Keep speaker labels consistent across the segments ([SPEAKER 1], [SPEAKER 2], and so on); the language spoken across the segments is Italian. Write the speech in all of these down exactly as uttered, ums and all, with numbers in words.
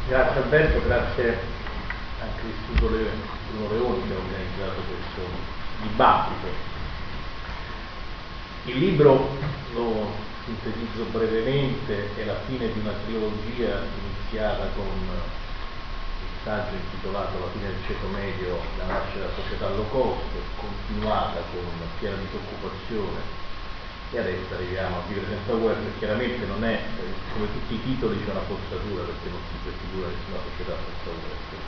[SPEAKER 1] Grazie Alberto, grazie anche all'Istituto Bruno Leoni che ha organizzato questo dibattito. Il libro, lo sintetizzo brevemente, è la fine di una trilogia iniziata con il saggio intitolato La fine del ceto medio, la nascita della società low cost, continuata con Piena disoccupazione, e adesso arriviamo a Vivere senza welfare. Chiaramente non è, come tutti i titoli, c'è una forzatura perché non si prefigura nessuna società senza welfare.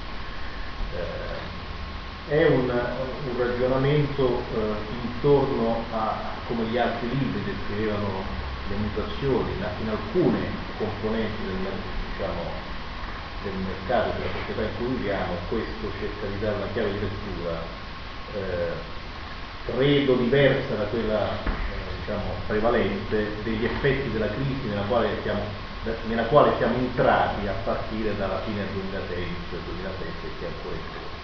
[SPEAKER 1] Eh, è un, un ragionamento eh, intorno a come gli altri libri descrivevano le mutazioni in alcune componenti del, diciamo, del mercato, della società in cui viviamo. Questo cerca di dare una chiave di lettura eh, credo diversa da quella diciamo, prevalente degli effetti della crisi nella quale siamo, nella quale siamo entrati a partire dalla fine del duemilasei, inizio del duemilasette, che è ancora in corso.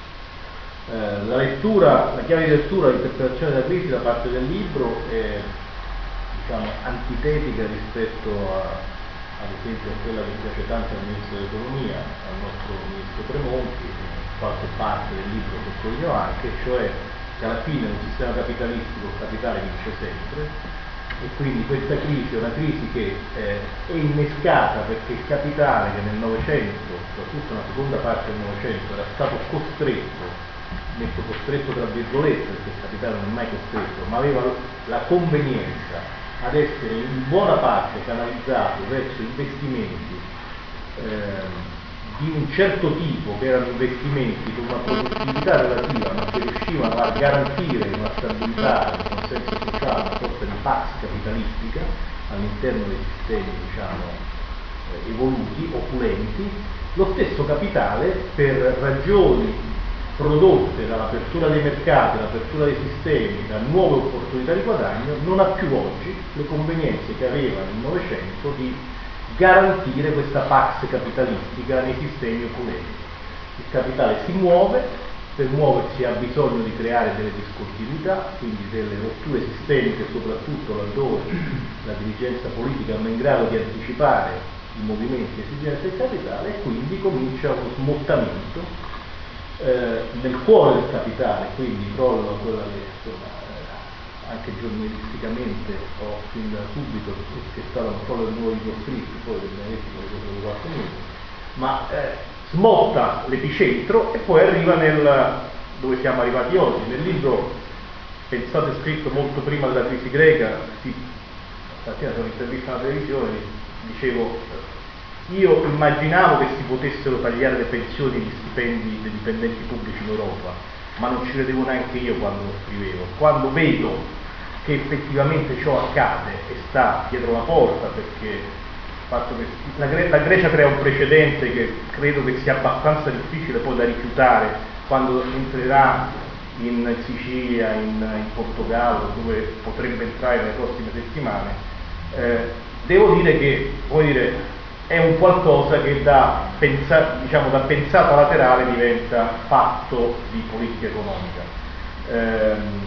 [SPEAKER 1] Eh, la lettura, la chiave di lettura, l'interpretazione della crisi da parte del libro è diciamo, antitetica rispetto a, ad esempio a quella che piace tanto al Ministro dell'Economia, al nostro Ministro Tremonti, qualche parte del libro sottolineo anche, cioè che alla fine un sistema capitalistico, il capitale vince sempre, e quindi questa crisi è una crisi che eh, è innescata perché il capitale, che nel Novecento, soprattutto nella seconda parte del Novecento, era stato costretto, metto costretto tra virgolette perché il capitale non è mai costretto, ma aveva la convenienza ad essere in buona parte canalizzato verso investimenti eh, di un certo tipo, che erano investimenti con una produttività relativa ma che riuscivano a garantire una stabilità, un consenso sociale, una sorta di pax capitalistica all'interno dei sistemi diciamo eh, evoluti, opulenti. Lo stesso capitale, per ragioni prodotte dall'apertura dei mercati, dall'apertura dei sistemi, da nuove opportunità di guadagno, non ha più oggi le convenienze che aveva nel Novecento di garantire questa pax capitalistica nei sistemi opulenti. Il capitale si muove, per muoversi ha bisogno di creare delle discontinuità, quindi delle rotture sistemiche, soprattutto laddove la dirigenza politica non è in grado di anticipare i movimenti e esigenze del capitale, e quindi comincia uno smottamento eh, nel cuore del capitale, quindi crolla quella che insomma anche giornalisticamente ho fin da subito che è stato un po' il nuovo di costritto, poi del Benedetto dopo quattro minuti, ma eh, smotta l'epicentro e poi arriva nel dove siamo arrivati oggi. Nel libro, pensato e scritto molto prima della crisi greca, sì, stamattina sono intervistato alla televisione, dicevo io immaginavo che si potessero tagliare le pensioni e gli stipendi dei dipendenti pubblici in Europa, ma non ci credevo neanche io quando lo scrivevo. Quando vedo che effettivamente ciò accade e sta dietro la porta, perché il fatto che la, Gre- la Grecia crea un precedente che credo che sia abbastanza difficile poi da rifiutare quando entrerà in Sicilia, in, in Portogallo, dove potrebbe entrare nelle prossime settimane, eh, devo dire che vuol dire, è un qualcosa che da, pensa, diciamo, da pensata laterale diventa fatto di politica economica. Eh,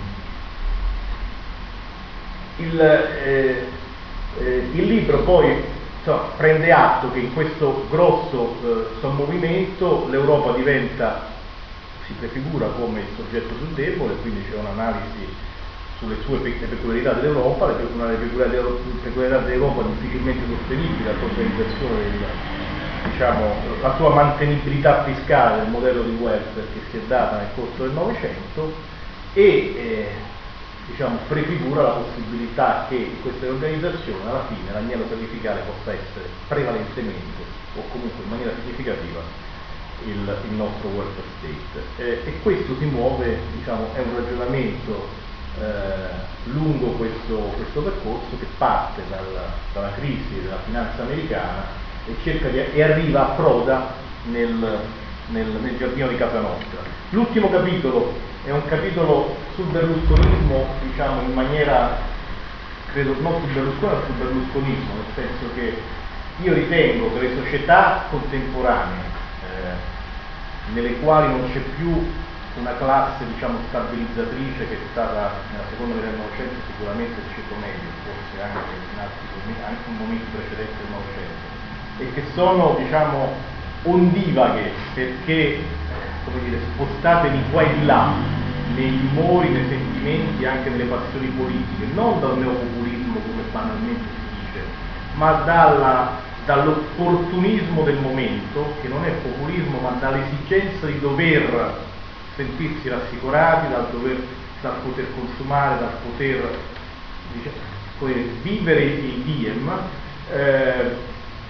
[SPEAKER 1] Il, eh, eh, il libro poi insomma, prende atto che in questo grosso eh, sommovimento l'Europa diventa, si prefigura come il soggetto più debole, quindi c'è un'analisi sulle sue pe- le peculiarità dell'Europa, le, una delle peculiarità dell'Europa difficilmente sostenibile, la sua organizzazione, del, diciamo, la sua mantenibilità fiscale del modello di welfare che si è data nel corso del Novecento, e eh, diciamo, prefigura la possibilità che questa organizzazione alla fine l'agnello sacrificale possa essere prevalentemente o comunque in maniera significativa il, il nostro welfare state. Eh, e questo si muove, diciamo, è un ragionamento eh, lungo questo, questo percorso che parte dalla, dalla crisi della finanza americana e, cerca di, e arriva, approda nel, nel, nel giardino di casa nostra. L'ultimo capitolo è un capitolo sul berlusconismo, diciamo in maniera, credo, non sul Berlusconi, ma sul berlusconismo, nel senso che io ritengo che le società contemporanee, eh, nelle quali non c'è più una classe, diciamo, stabilizzatrice, che è stata nella seconda metà del Novecento sicuramente il ceto medio, forse anche in altri anche in momenti precedenti del Novecento, e che sono, diciamo, ondivaghe, perché, come dire, spostate di qua e di là, negli umori, nei sentimenti, anche nelle passioni politiche, non dal neopopulismo come banalmente si dice, ma dalla, dall'opportunismo del momento, che non è populismo, ma dall'esigenza di dover sentirsi rassicurati, dal, dover, dal poter consumare, dal poter, diciamo, vivere il diem. Eh,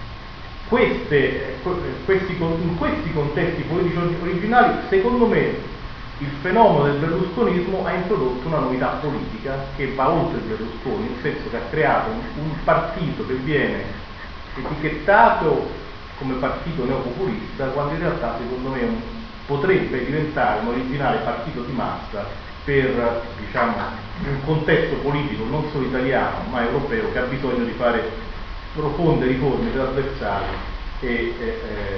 [SPEAKER 1] queste, questi, in questi contesti politici originali, secondo me, il fenomeno del berlusconismo ha introdotto una novità politica che va oltre il Berlusconi, nel senso che ha creato un, un partito che viene etichettato come partito neopopulista, quando in realtà, secondo me, un, potrebbe diventare un originale partito di massa per, diciamo, un contesto politico non solo italiano ma europeo, che ha bisogno di fare profonde riforme trasversali e, e, e,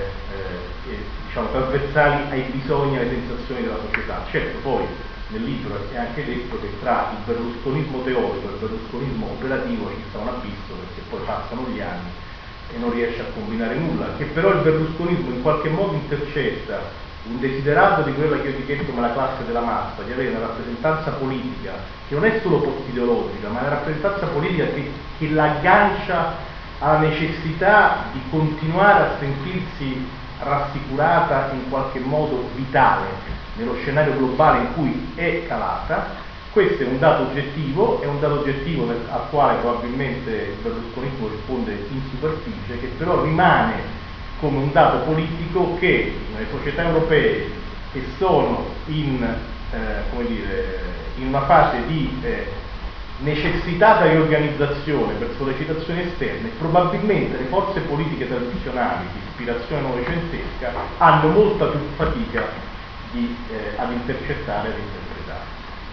[SPEAKER 1] e diciamo trasversali ai bisogni e alle sensazioni della società. Certo, poi nel libro è anche detto che tra il berlusconismo teorico e il berlusconismo operativo ci sta un abisso, perché poi passano gli anni e non riesce a combinare nulla, che però il berlusconismo in qualche modo intercetta un desiderato di quella che io etichetti come la classe della massa, di avere una rappresentanza politica che non è solo post-ideologica, ma è una rappresentanza politica che, che l'aggancia alla necessità di continuare a sentirsi rassicurata, in qualche modo vitale nello scenario globale in cui è calata. Questo è un dato oggettivo, è un dato oggettivo nel, al quale probabilmente il berlusconismo risponde in superficie, che però rimane come un dato politico che nelle società europee che sono in, eh, come dire, in una fase di eh, necessitata riorganizzazione per sollecitazioni esterne, probabilmente le forze politiche tradizionali di ispirazione novecentesca hanno molta più fatica di, eh, ad intercettare e ad interpretare.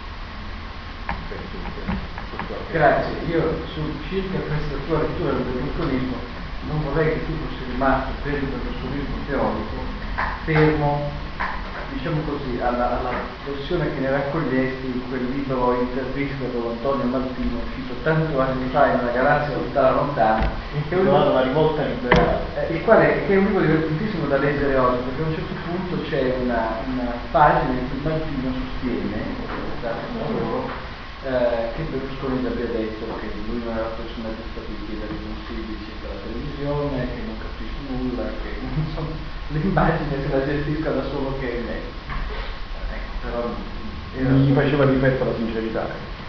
[SPEAKER 2] Grazie. Io su circa questa tua lettura del berlusconismo non vorrei che tu fossi rimasto per il berlusconismo teorico fermo, diciamo così, alla, alla versione che ne raccogliesti in quel libro Intervista con Antonio Maltino, uscito tanto anni fa in una galassia lontana lontana,
[SPEAKER 1] intitolato La rivolta liberale,
[SPEAKER 2] eh, il quale che è un libro divertentissimo da leggere oggi, perché a un certo punto c'è una, una pagina in cui Maltino sostiene, eh, che Berlusconi gli abbia detto che lui non era una persona giusta per chiedere consigli circa la televisione, che non capisce nulla, che insomma l'immagine se la gestisca da solo che è meglio. Ecco, però
[SPEAKER 3] e non gli faceva difetto la sincerità.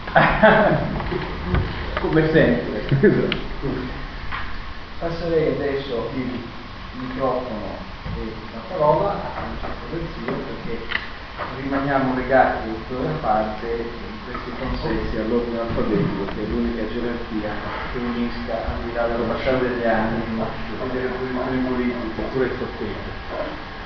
[SPEAKER 2] Come sempre. Passerei adesso il microfono e la parola a Francesco Verzio, perché rimaniamo legati d'ora a parte in questi consessi all'ordine alfabetico, che è l'unica gerarchia che unisca al di là dello passare degli anni e delle posizioni politiche.
[SPEAKER 1] Pure il sostegno.